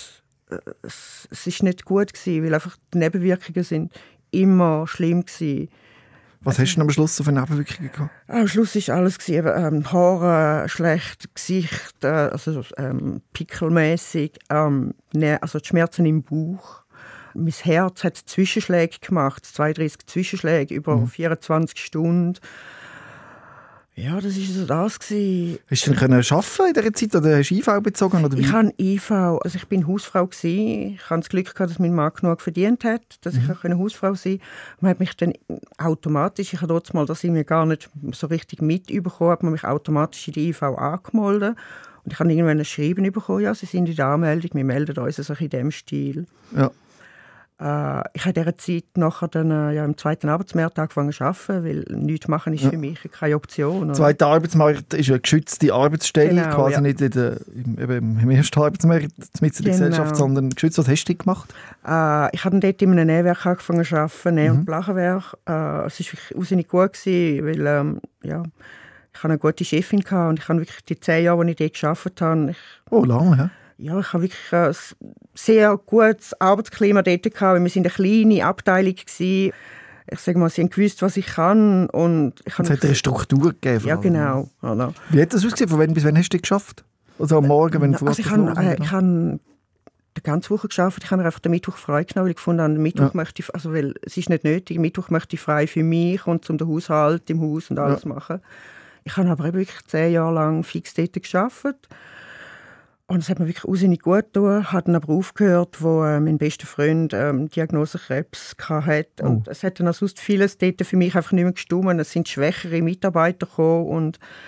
ist nicht gut gewesen, weil einfach die Nebenwirkungen sind immer schlimm gewesen. Was hast du am Schluss für Nebenwirkungen gehabt? Am Schluss war alles. Haare, schlecht, Gesicht, pickelmässig, also die Schmerzen im Bauch. Mein Herz hat Zwischenschläge gemacht, 32 Zwischenschläge über 24 Stunden. Ja, das war so das. Hast du denn arbeiten in dieser Zeit oder hast du IV bezogen? Oder wie? Ich habe IV, also ich bin Hausfrau gewesen. Ich hatte das Glück gehabt, dass mein Mann genug verdient hat, dass ich auch Hausfrau sein konnte. Man hat mich dann automatisch, ich habe dort mal das irgendwie gar nicht so richtig mitbekommen, hat man mich automatisch in die IV angemeldet. Und ich habe irgendwann ein Schreiben bekommen, ja, Sie sind in der Anmeldung, wir melden uns also in diesem Stil. Ja. Ich habe in dieser Zeit nachher dann, im zweiten Arbeitsmarkt angefangen zu arbeiten, weil nichts machen ist für mich keine Option. Der zweite Arbeitsmarkt ist eine geschützte Arbeitsstelle, genau, quasi nicht im ersten Arbeitsmarkt mit der Gesellschaft, sondern geschützt. Was hast du gemacht? Ich habe dort in einem Nähwerk angefangen zu arbeiten, Näh- und Plachenwerk. Es war wirklich nicht gut gewesen, weil ich eine gute Chefin hatte und ich habe wirklich die 10 Jahre, die ich dort gearbeitet habe. Lange, ja? Ja, ich habe wirklich ein sehr gutes Arbeitsklima dort gehabt, weil wir sind eine kleine Abteilung gewesen. Ich sage mal, sie haben gewusst, was ich kann. Und es hat eine Struktur gegeben. Ja, genau. Oder? Wie hat das ausgesehen? Von wann bis wann hast du das geschafft? Also am Morgen, wenn du ich habe die ganze Woche gearbeitet. Ich habe einfach den Mittwoch frei genommen, weil ich gefunden habe, Mittwoch möchte ich, also weil es ist nicht nötig, Mittwoch möchte ich frei für mich und zum den Haushalt im Haus und alles machen. Ich habe aber wirklich 10 Jahre lang fix dort gearbeitet. Und es hat mir wirklich wahnsinnig gut getan. Ich habe dann aber aufgehört, wo mein bester Freund Diagnose Krebs hatte. Und es hat dann sonst vieles dort für mich einfach nicht mehr gestimmt. Es sind schwächere Mitarbeiter gekommen und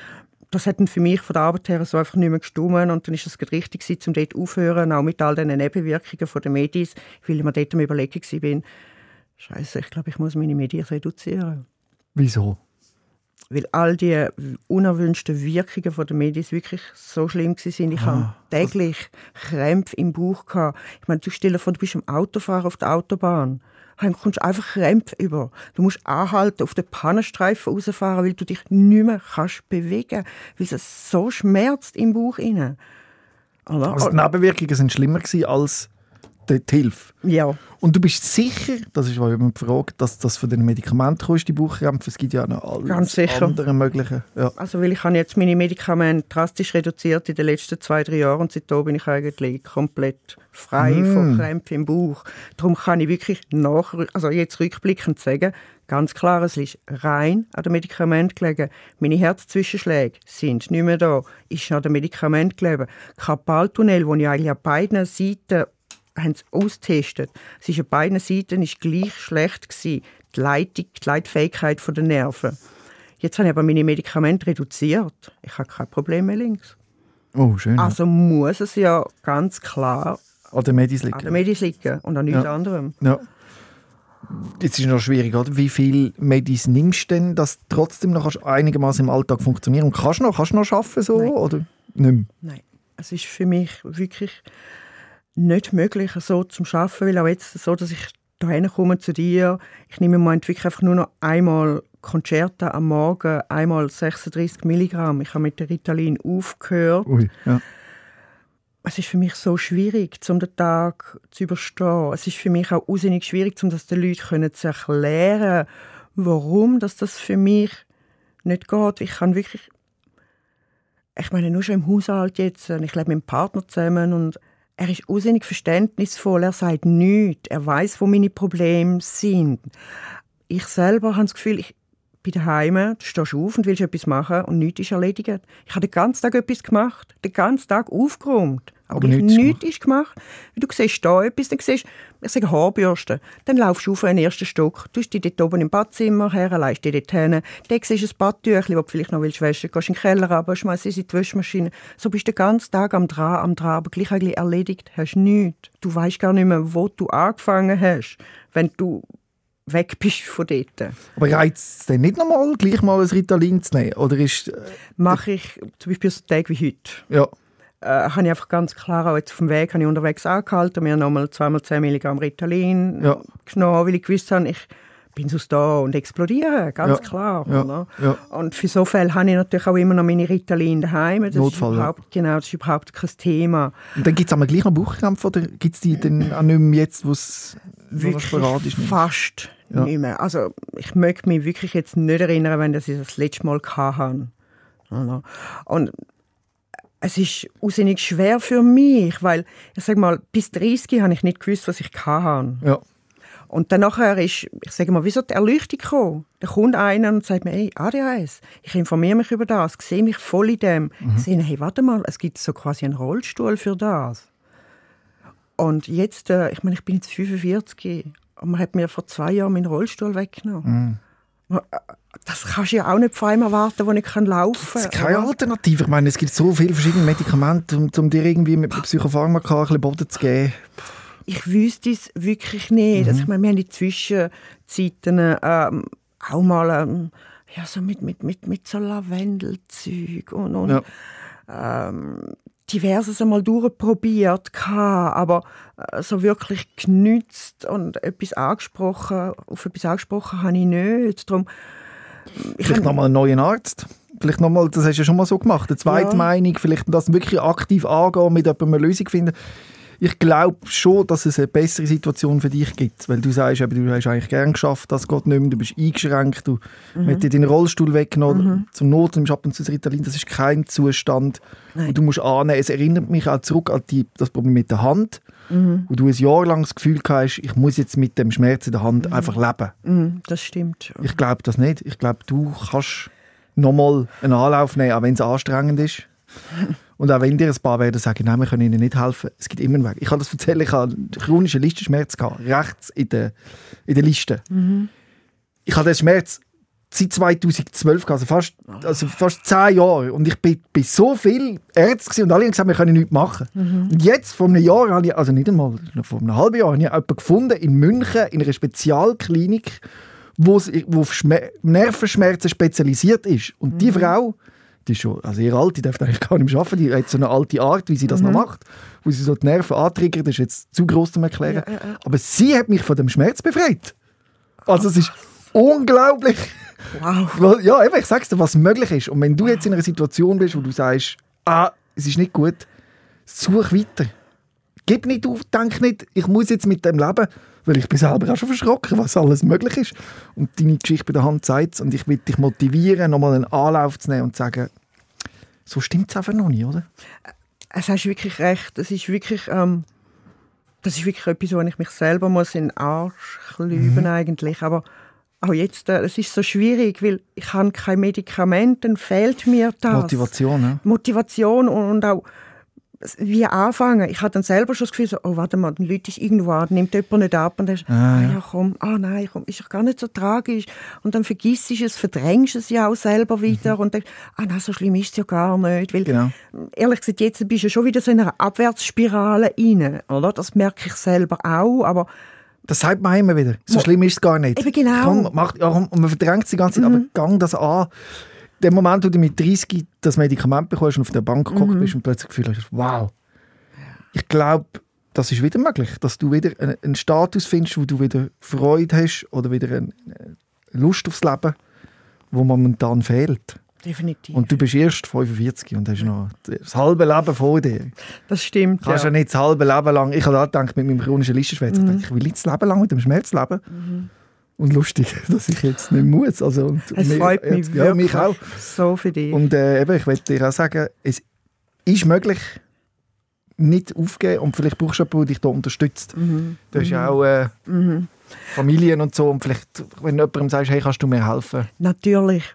das hat dann für mich von der Arbeit her so einfach nicht mehr gestimmt und dann ist es richtig gewesen, um dort aufzuhören, auch mit all den Nebenwirkungen von den Medis, weil ich mir dort am Überlegen war, Scheiße, ich glaube, ich muss meine Medien reduzieren. Wieso? Weil all die unerwünschten Wirkungen von den Medien wirklich so schlimm waren. Ich hatte täglich Krämpfe im Bauch. Ich meine, du stell dir vor, du bist am Autofahren auf der Autobahn. Dann kommst du einfach Krämpfe über. Du musst anhalten, auf den Pannenstreifen rausfahren, weil du dich nicht mehr bewegen kannst. Weil es so schmerzt im Bauch rein. Also die Nebenwirkungen waren schlimmer als die Hilfe? Ja. Und du bist sicher, das ist auch immer die Frage, dass das von den Medikamenten kommt, die Bauchkrämpfe? Es gibt ja noch alles andere mögliche. Ja. Also weil ich habe jetzt meine Medikamente drastisch reduziert in den letzten 2-3 Jahren und seitdem bin ich eigentlich komplett frei von Krämpfen im Bauch. Darum kann ich wirklich jetzt rückblickend sagen, ganz klar, es ist rein an den Medikamenten gelegen. Meine Herzzwischenschläge sind nicht mehr da. Ist an den Medikamenten gelegen. Karpaltunnel, wo ich eigentlich an beiden Seiten haben sie austestet. Es ist an beiden Seiten gleich schlecht gewesen, die Leitfähigkeit der Nerven. Jetzt habe ich aber meine Medikamente reduziert. Ich habe kein Problem mehr links. Oh, schön. Also muss es ja ganz klar an den Medis liegen. An den Medis liegen und an nichts anderem. Ja. Jetzt ist es noch schwierig, oder? Wie viele Medis nimmst du denn, dass trotzdem noch einigermaßen im Alltag funktionieren? Und kannst du noch arbeiten so? Nein. Oder nicht mehr? Nein. Es ist für mich wirklich nicht möglich, so zu arbeiten, weil auch jetzt so, dass ich hierher komme zu dir, ich nehme im Moment wirklich einfach nur noch einmal Concerta am Morgen, einmal 36 Milligramm. Ich habe mit der Ritalin aufgehört. Ui, ja. Es ist für mich so schwierig, um den Tag zu überstehen. Es ist für mich auch irrsinnig schwierig, um das den Leuten zu erklären, warum das für mich nicht geht. Ich kann wirklich, ich meine, nur schon im Haushalt jetzt, ich lebe mit dem Partner zusammen und er ist irrsinnig verständnisvoll, er sagt nichts, er weiß, wo meine Probleme sind. Ich selber habe das Gefühl, ich bin daheim, du stehst auf und willst etwas machen und nichts ist erledigt. Ich habe den ganzen Tag etwas gemacht, den ganzen Tag aufgeräumt. Aber nichts ist gemacht. Du siehst da etwas, dann siehst ich sage Haarbürste. Dann laufst du auf den ersten Stock, tust dich dort oben im Badzimmer her, leist dich dort hin. Dann siehst du ein Badtüchli, das du vielleicht noch waschen willst, gehst in den Keller runter, schmeißt es in die Waschmaschine. So bist du den ganzen Tag am Dran, aber gleich eigentlich erledigt hast du nichts. Du weißt gar nicht mehr, wo du angefangen hast, wenn du weg bist von dort. Aber reizt es denn nicht nochmal, gleich mal ein Ritalin zu nehmen? Oder mache ich zum Beispiel so Tage wie heute. Ja. Habe ich einfach ganz klar, auch jetzt auf dem Weg habe ich unterwegs angehalten, mir nochmal 2x10 Milligramm Ritalin genommen, weil ich gewusst habe, ich bin sonst da und explodiere, ganz klar. Ja. Ja. Und für so Fälle habe ich natürlich auch immer noch meine Ritalin daheim. Das Notfall, das ist überhaupt kein Thema. Und dann gibt es aber gleich noch Bauchkrämpfe, oder gibt es die dann auch nicht mehr jetzt, wo es sporadisch ist? Fast nicht mehr. Also ich möchte mich wirklich jetzt nicht erinnern, wenn ich das letzte Mal hatte. Und es ist irrsinnig schwer für mich, weil, ich sage mal, bis 30 habe ich nicht gewusst, was ich hatte. Ja. Und dann nachher ist, ich sage mal, wie so die Erleuchtung gekommen. Da kommt einer und sagt mir, hey, ADHS, ich informiere mich über das, sehe mich voll in dem. Ich sehe, hey, warte mal, es gibt so quasi einen Rollstuhl für das. Und jetzt, ich meine, ich bin jetzt 45 und man hat mir vor 2 Jahren meinen Rollstuhl weggenommen. Das kannst du ja auch nicht von einem erwarten, wo ich laufen kann. Es ist keine Alternative. Ich meine, es gibt so viele verschiedene Medikamente, um dir irgendwie mit Psychopharmaka ein bisschen Boden zu geben. Ich wüsste es wirklich nicht. Also ich meine, wir haben in Zwischenzeiten auch mal so mit so Lavendelzeug und diverses einmal durchprobiert, aber so wirklich genützt und auf etwas angesprochen habe ich nicht. Darum, vielleicht nochmal einen neuen Arzt. Vielleicht nochmal, das hast du ja schon mal so gemacht, eine zweite Meinung, vielleicht das wirklich aktiv angehen, mit jemandem eine Lösung finden. Ich glaube schon, dass es eine bessere Situation für dich gibt, weil du sagst, du hast eigentlich gern geschafft, das geht nicht mehr, du bist eingeschränkt, du hast dir deinen Rollstuhl weggenommen, zur Not nimmst du ab und zu das Ritalin, das ist kein Zustand, und du musst annehmen. Es erinnert mich auch zurück an das Problem mit der Hand, wo du ein Jahr lang das Gefühl hast, ich muss jetzt mit dem Schmerz in der Hand einfach leben. Das stimmt. Ich glaube das nicht. Ich glaube, du kannst nochmal einen Anlauf nehmen, auch wenn es anstrengend ist. Und auch wenn dir ein paar werden sagen, nein, wir können ihnen nicht helfen, es gibt immer einen Weg. Ich kann das erzählen, ich hatte chronischen Listenschmerz, rechts in der Liste. Ich hatte den Schmerz seit 2012, also fast 10 Jahre. Und ich bin bei so vielen Ärzten und alle haben gesagt, wir können nichts machen. Und jetzt, vor einem Jahr, habe ich, also nicht einmal, vor einem halben Jahr, habe ich jemanden gefunden in München, in einer Spezialklinik, wo auf Nervenschmerzen spezialisiert ist. Und die Frau, die ist schon, also ihre Alte darf eigentlich gar nicht mehr arbeiten, die hat so eine alte Art, wie sie das noch macht, wo sie so die Nerven antriggert, das ist jetzt zu gross zum Erklären. Ja. Aber sie hat mich von dem Schmerz befreit. Also es ist unglaublich. Wow. Ja, eben, ich sag's dir, was möglich ist. Und wenn du jetzt in einer Situation bist, wo du sagst, es ist nicht gut, such weiter. Gib nicht auf, denk nicht, ich muss jetzt mit dem leben, weil ich bin selber auch schon verschrocken, was alles möglich ist. Und deine Geschichte bei der Hand zeigt es. Und ich will dich motivieren, nochmal einen Anlauf zu nehmen und zu sagen, so stimmt es einfach noch nicht, oder? Es hast wirklich recht. Das ist wirklich etwas, wo ich mich selber muss in den Arsch klüben eigentlich. Aber auch jetzt, es ist so schwierig, weil ich habe kein Medikament, dann fehlt mir das. Motivation, ne? Motivation und auch wie anfangen. Ich hatte dann selber schon das Gefühl, so, oh, warte mal, dann läutest du irgendwo an, nimmt jemand nicht ab und dann komm, ist doch gar nicht so tragisch. Und dann vergisst du es, verdrängst es ja auch selber wieder und denkst, nein, so schlimm ist es ja gar nicht. Weil, ehrlich gesagt, jetzt bist du schon wieder so in einer Abwärtsspirale rein, oder? Das merke ich selber auch, aber das sagt man immer wieder. So schlimm ist es gar nicht. Eben genau. Komm, und man verdrängt es die ganze Zeit, aber gang das an. Der Moment, wo du mit 30 das Medikament bekommst und auf der Bank gehockt bist und plötzlich das Gefühl hast, wow. Ich glaube, das ist wieder möglich, dass du wieder einen Status findest, wo du wieder Freude hast oder wieder eine Lust aufs Leben, wo momentan fehlt. Definitiv. Und du bist erst 45 und hast noch das halbe Leben vor dir. Das stimmt, kannst ja nicht das halbe Leben lang. Ich habe auch gedacht, mit meinem chronischen Listenschmerz, ich will jetzt das Leben lang mit dem Schmerz leben. Und lustig, dass ich jetzt nicht muss. Also, es freut mich jetzt, wirklich mich auch. So für dich. Und eben, ich möchte dir auch sagen, es ist möglich, nicht aufgeben und vielleicht brauchst du jemanden, der dich da unterstützt. Du hast ja auch Familien und so und vielleicht, wenn du jemandem sagst, hey, kannst du mir helfen? Natürlich,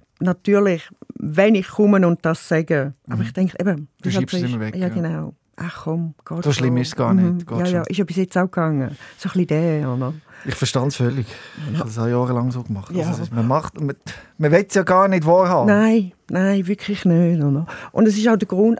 wenn ich komme und das sage. Aber ich denke eben... Du schiebst es immer weg. Ja, genau. Ach komm, Gott. So schlimm ist es gar nicht. Ja, ist ja bis jetzt auch gegangen. So ein bisschen der, oder? Ich verstehe es völlig. Ich habe es auch jahrelang so gemacht. Ja. Also, man will es ja gar nicht wahrhaben. Nein, wirklich nicht. Oder? Und es ist auch der Grund,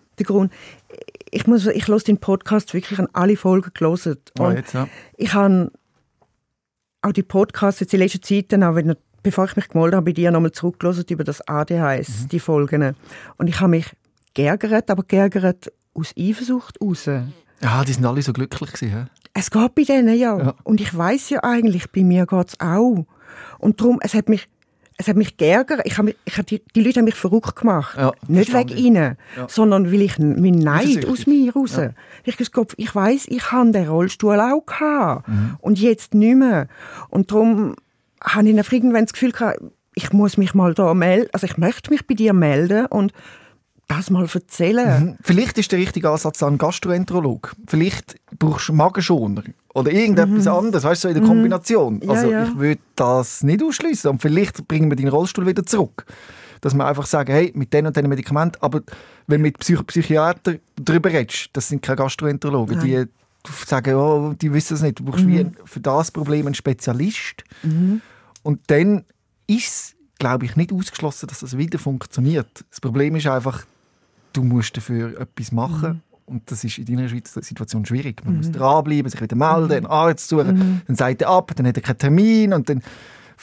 ich höre den Podcast wirklich an alle Folgen gelesen. Ich habe auch die Podcasts jetzt in letzter Zeit, auch bevor ich mich gemeldet habe, bei dir nochmal zurückgelesen über das ADHS, die Folgen. Und ich habe mich geärgert aus Eifersucht raus. Ja, die sind alle so glücklich gewesen. Es geht bei denen, ja. Und ich weiss ja eigentlich, bei mir geht es auch. Und darum, es hat mich geärgert. Die Leute haben mich verrückt gemacht. Ja, nicht wegen ihnen, sondern weil ich meinen Neid aus mir raus. Ja. Ich weiss, ich hatte den Rollstuhl auch gehabt. Und jetzt nicht mehr. Und darum habe ich irgendwann das Gefühl gehabt, ich muss mich mal da melden. Also ich möchte mich bei dir melden und das mal erzählen. Vielleicht ist der richtige Ansatz ein Gastroenterolog. Vielleicht brauchst du Magenschoner oder irgendetwas anderes, weißt du, so in der Kombination. Ja, ich würde das nicht ausschließen. Und vielleicht bringen wir deinen Rollstuhl wieder zurück. Dass wir einfach sagen, hey, mit den und den Medikamenten, aber wenn du mit Psychiatern darüber redest, das sind keine Gastroenterologen, die sagen, die wissen es nicht. Du brauchst wie für das Problem einen Spezialist. Und dann ist es, glaube ich, nicht ausgeschlossen, dass das wieder funktioniert. Das Problem ist einfach, du musst dafür etwas machen. Und das ist in deiner Situation schwierig. Man muss dranbleiben, sich wieder melden, einen Arzt suchen. Dann sagt er ab, dann hat er keinen Termin. Und dann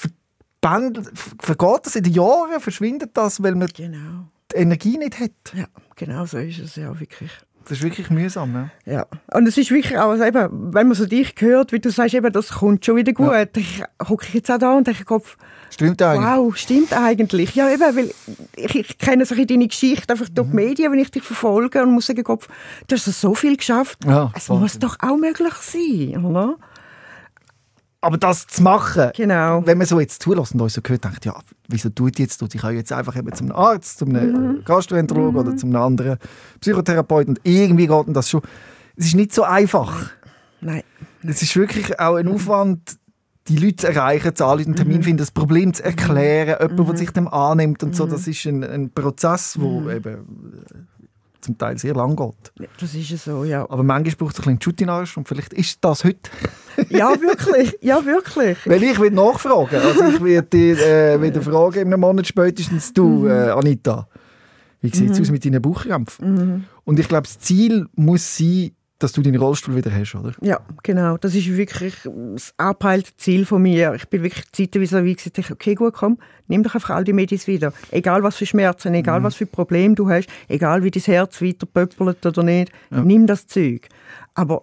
vergeht das in den Jahren, verschwindet das, weil man die Energie nicht hat. Ja, genau so ist es ja wirklich. Das ist wirklich mühsam, ne? Ja. Und es ist wirklich auch, eben, wenn man so dich hört, wie du sagst, eben, das kommt schon wieder gut. Ja. Ich hocke jetzt auch da und denke, Kopf, stimmt eigentlich. Wow, stimmt eigentlich. Ja, eben, weil ich kenne so deine Geschichte einfach durch die Medien, wenn ich dich verfolge und muss sagen, Kopf, du hast so viel geschafft. Ja, es muss doch auch möglich sein, oder? Aber das zu machen, genau. Wenn man so jetzt zulässt und uns so gehört, denkt, ja, wieso tut jetzt das? Ich kann jetzt einfach eben zum Arzt, zum Gastroenterologen oder zum anderen Psychotherapeuten und irgendwie geht das schon. Es ist nicht so einfach. Nein. Es ist wirklich auch ein Aufwand, die Leute zu erreichen, zu anrufen, einen Termin finden, das Problem zu erklären, jemand, der sich dem annimmt und so. Das ist ein Prozess, wo eben zum Teil sehr lang geht. Das ist ja so, ja. Aber manchmal braucht es ein bisschen Schutt-in-Arsch und vielleicht ist das heute. Ja, wirklich. Ja, wirklich. Weil ich will nachfragen. Also ich werde dich wieder fragen, in einem Monat spätestens du, Anita. Wie sieht es aus mit deinen Bauchkrämpfen? Und ich glaube, das Ziel muss sein, dass du deinen Rollstuhl wieder hast, oder? Ja, genau. Das ist wirklich das angepeilte Ziel von mir. Ich bin wirklich zeitweise wie gesagt, okay, gut, komm, nimm doch einfach all die Medis wieder. Egal was für Schmerzen, egal was für Probleme du hast, egal wie dein Herz weiter pöppelt oder nicht, nimm das Zeug. Aber,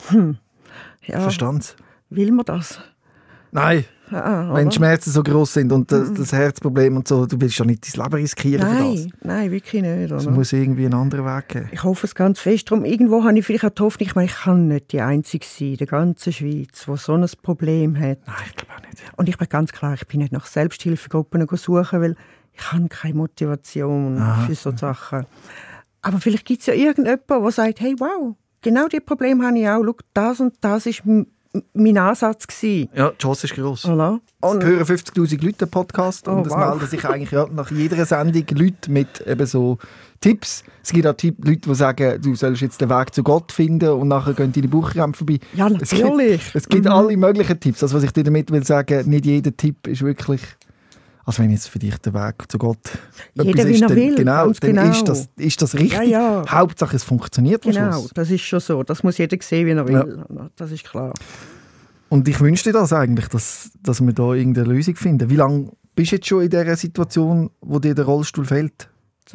ja. Verstand's. Will man das? Nein. Wenn die Schmerzen so gross sind und das Herzproblem und so, du willst ja nicht dein Leben riskieren für das. Nein, wirklich nicht. Es muss irgendwie einen anderen Weg geben. Ich hoffe es ganz fest. Darum, irgendwo habe ich vielleicht auch die Hoffnung, ich meine, ich kann nicht die Einzige sein in der ganzen Schweiz, die so ein Problem hat. Nein, ich glaube auch nicht. Und ich bin ganz klar, ich bin nicht nach Selbsthilfegruppen suchen, weil ich habe keine Motivation für solche Sachen. Aber vielleicht gibt es ja irgendjemanden, der sagt, hey, wow, genau dieses Problem habe ich auch. Schau, das und das ist mein Ansatz gewesen. Ja, die Chance ist gross. Voilà. Es hören 50'000 Leute den Podcast und es melden sich eigentlich nach jeder Sendung Leute mit eben so Tipps. Es gibt auch Leute, die sagen, du sollst jetzt den Weg zu Gott finden und nachher gehen deine Bauchkrämpfe vorbei. Ja, natürlich. Es gibt alle möglichen Tipps. Also was ich dir damit will sagen, nicht jeder Tipp ist wirklich... Also wenn jetzt für dich der Weg zu Gott jeder wie er will, genau, dann genau. Ist das richtig. Ja. Hauptsache es funktioniert. Genau, das ist schon so. Das muss jeder sehen, wie er will. Ja. Das ist klar. Und ich wünsche dir das eigentlich, dass wir da irgendeine Lösung finden. Wie lange bist du jetzt schon in dieser Situation, wo dir der Rollstuhl fehlt?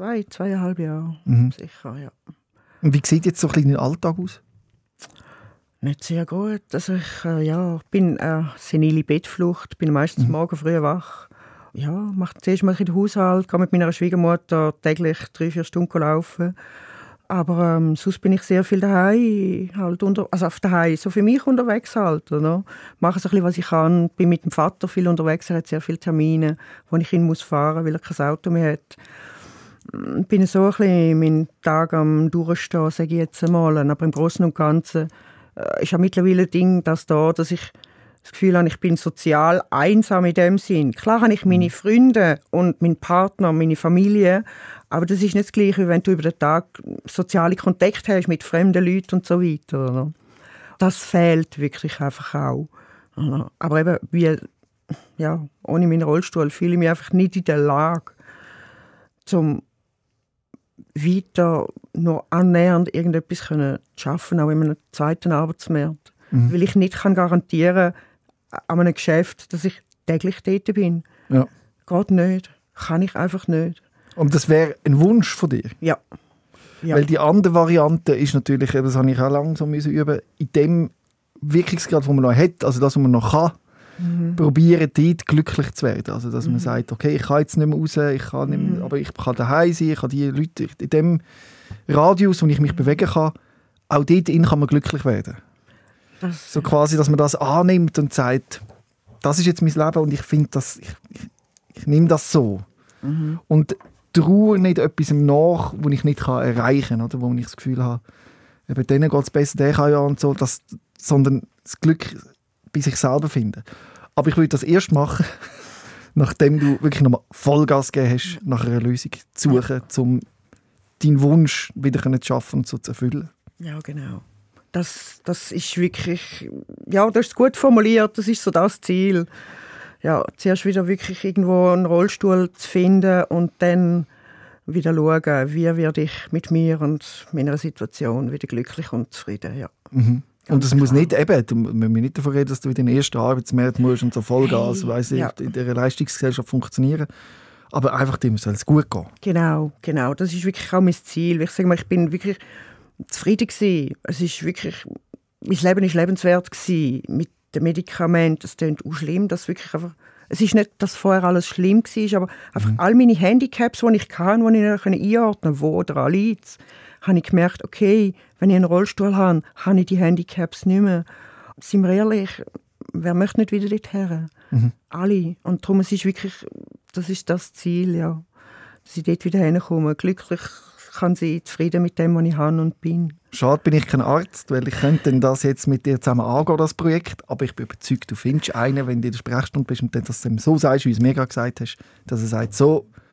2,5 Jahre, sicher, ja. Und wie sieht jetzt so ein bisschen dein Alltag aus? Nicht sehr gut. Also ich bin senile Bettflucht, bin meistens morgen früh wach. Ja, mache zuerst mal den Haushalt, gehe mit meiner Schwiegermutter täglich 3-4 Stunden laufen. Aber sonst bin ich sehr viel daheim, halt auf daheim, so für mich unterwegs halt. Oder? Mache so ein bisschen, was ich kann. Bin mit dem Vater viel unterwegs, er hat sehr viele Termine, wo ich ihn fahren muss, weil er kein Auto mehr hat. Bin so ein bisschen meinen Tag am Durchstehen, sage ich jetzt einmal. Aber im Großen und Ganzen ist ja mittlerweile ein Ding, dass ich das Gefühl habe, ich bin sozial einsam in dem Sinn. Klar habe ich meine Freunde und meinen Partner, meine Familie, aber das ist nicht das Gleiche, wie wenn du über den Tag soziale Kontakte hast mit fremden Leuten und so weiter. Oder? Das fehlt wirklich einfach auch. Oder? Aber eben, ohne meinen Rollstuhl fühle ich mich einfach nicht in der Lage, zum weiter noch annähernd irgendetwas zu schaffen, auch in einem zweiten Arbeitsmarkt. Weil ich nicht garantieren kann, an einem Geschäft, dass ich täglich dort bin. Ja. Geht nicht. Kann ich einfach nicht. Und das wäre ein Wunsch von dir? Ja. Weil die andere Variante ist natürlich, das habe ich auch langsam üben, in dem Wirkungsgrad, den man noch hat, also das, was man noch kann, probieren, dort glücklich zu werden. Also, dass man sagt, okay, ich kann jetzt nicht mehr raus, ich kann nicht mehr, aber ich kann daheim sein, ich kann die Leute in dem Radius, wo ich mich bewegen kann, auch dort kann man glücklich werden. So quasi, dass man das annimmt und sagt, das ist jetzt mein Leben und ich finde, ich nehme das so. Und traue nicht etwas nach, was ich nicht erreichen kann, oder wo ich das Gefühl habe, eben denen geht es besser, der kann ja und so, sondern das Glück bei sich selber finden. Aber ich würde das erst machen, nachdem du wirklich nochmal Vollgas gegeben hast, nach einer Lösung zu suchen, um deinen Wunsch wieder zu schaffen und so zu erfüllen. Ja, genau. Das ist wirklich, ja, das ist gut formuliert, das ist so das Ziel. Ja, zuerst wieder wirklich irgendwo einen Rollstuhl zu finden und dann wieder schauen, wie werde ich mit mir und meiner Situation wieder glücklich und zufrieden. Ja. Und es muss nicht eben, wir müssen nicht davon reden, dass du in den ersten Arbeitsmarkt musst und so Vollgas, in dieser Leistungsgesellschaft funktionieren. Aber einfach dem soll es gut gehen. Genau. Das ist wirklich auch mein Ziel. Ich sage mal, ich bin wirklich zufrieden gewesen. Es ist wirklich, mein Leben war lebenswert gewesen. Mit den Medikamenten, das klingt auch schlimm, dass wirklich einfach, es ist nicht, dass vorher alles schlimm war, aber einfach all meine Handicaps, die ich kann, die ich nicht einordnen konnte, wo daran liegt, habe ich gemerkt, okay, wenn ich einen Rollstuhl habe, habe ich die Handicaps nicht mehr. Seien wir ehrlich, wer möchte nicht wieder dorthin? Alle. Und darum, es ist wirklich, das ist das Ziel, ja. Dass ich dort wieder hinkomme, glücklich kann sein, zufrieden mit dem, was ich habe und bin. Schade, bin ich kein Arzt, weil ich könnte das jetzt mit dir zusammen angehen, das Projekt. Aber ich bin überzeugt, du findest einen, wenn du in der Sprechstunde bist und das dem so sagst, wie du es mir gerade gesagt hast, dass er sagt, so,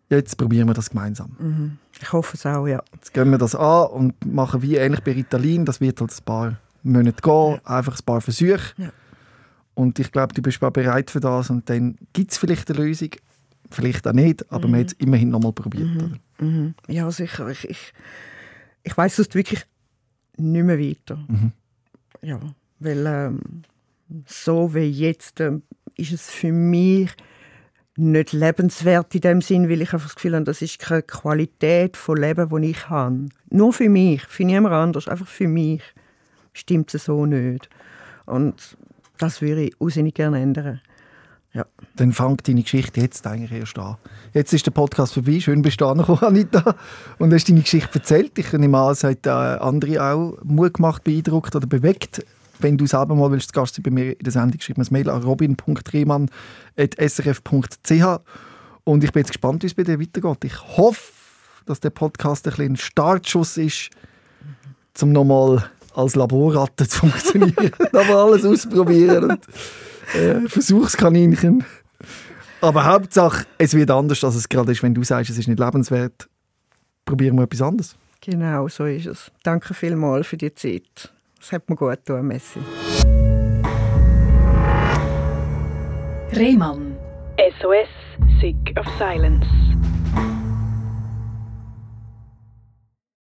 jetzt probieren wir das gemeinsam. Ich hoffe es auch, ja. Jetzt gehen wir das an und machen wie ähnlich bei Ritalin. Das wird halt ein paar Monate gehen, einfach ein paar Versuche. Ja. Und ich glaube, du bist auch bereit für das. Und dann gibt es vielleicht eine Lösung, vielleicht auch nicht, aber man hat es immerhin noch mal probiert. Oder? Ja, sicher. Ich weiss sonst wirklich nicht mehr weiter. Ja, weil so wie jetzt ist es für mich nicht lebenswert in dem Sinn, weil ich einfach das Gefühl habe, das ist keine Qualität von Leben, die ich habe. Nur für mich, für niemand anders, einfach für mich stimmt es so nicht. Und das würde ich unsinnig gerne ändern. Ja. Dann fängt deine Geschichte jetzt eigentlich erst an. Jetzt ist der Podcast vorbei. Schön bist du angekommen, Anita. Und hast deine Geschichte erzählt. Ich nehme an, es hat andere auch Mut gemacht, beeindruckt oder bewegt. Wenn du selber mal willst, Gast sein bei mir in der Sendung, schreib mir ein Mail an robin.rehmann@srf.ch. Und ich bin jetzt gespannt, wie es bei dir weitergeht. Ich hoffe, dass der Podcast ein Startschuss ist, um nochmal als Laborratte zu funktionieren. Nochmal alles ausprobieren und Versuchskaninchen. Aber Hauptsache, es wird anders, als es gerade ist. Wenn du sagst, es ist nicht lebenswert, probieren wir etwas anderes. Genau, so ist es. Danke vielmals für die Zeit. Das hat mir gut getan, Messi. Rehmann. SOS, Sick of Silence.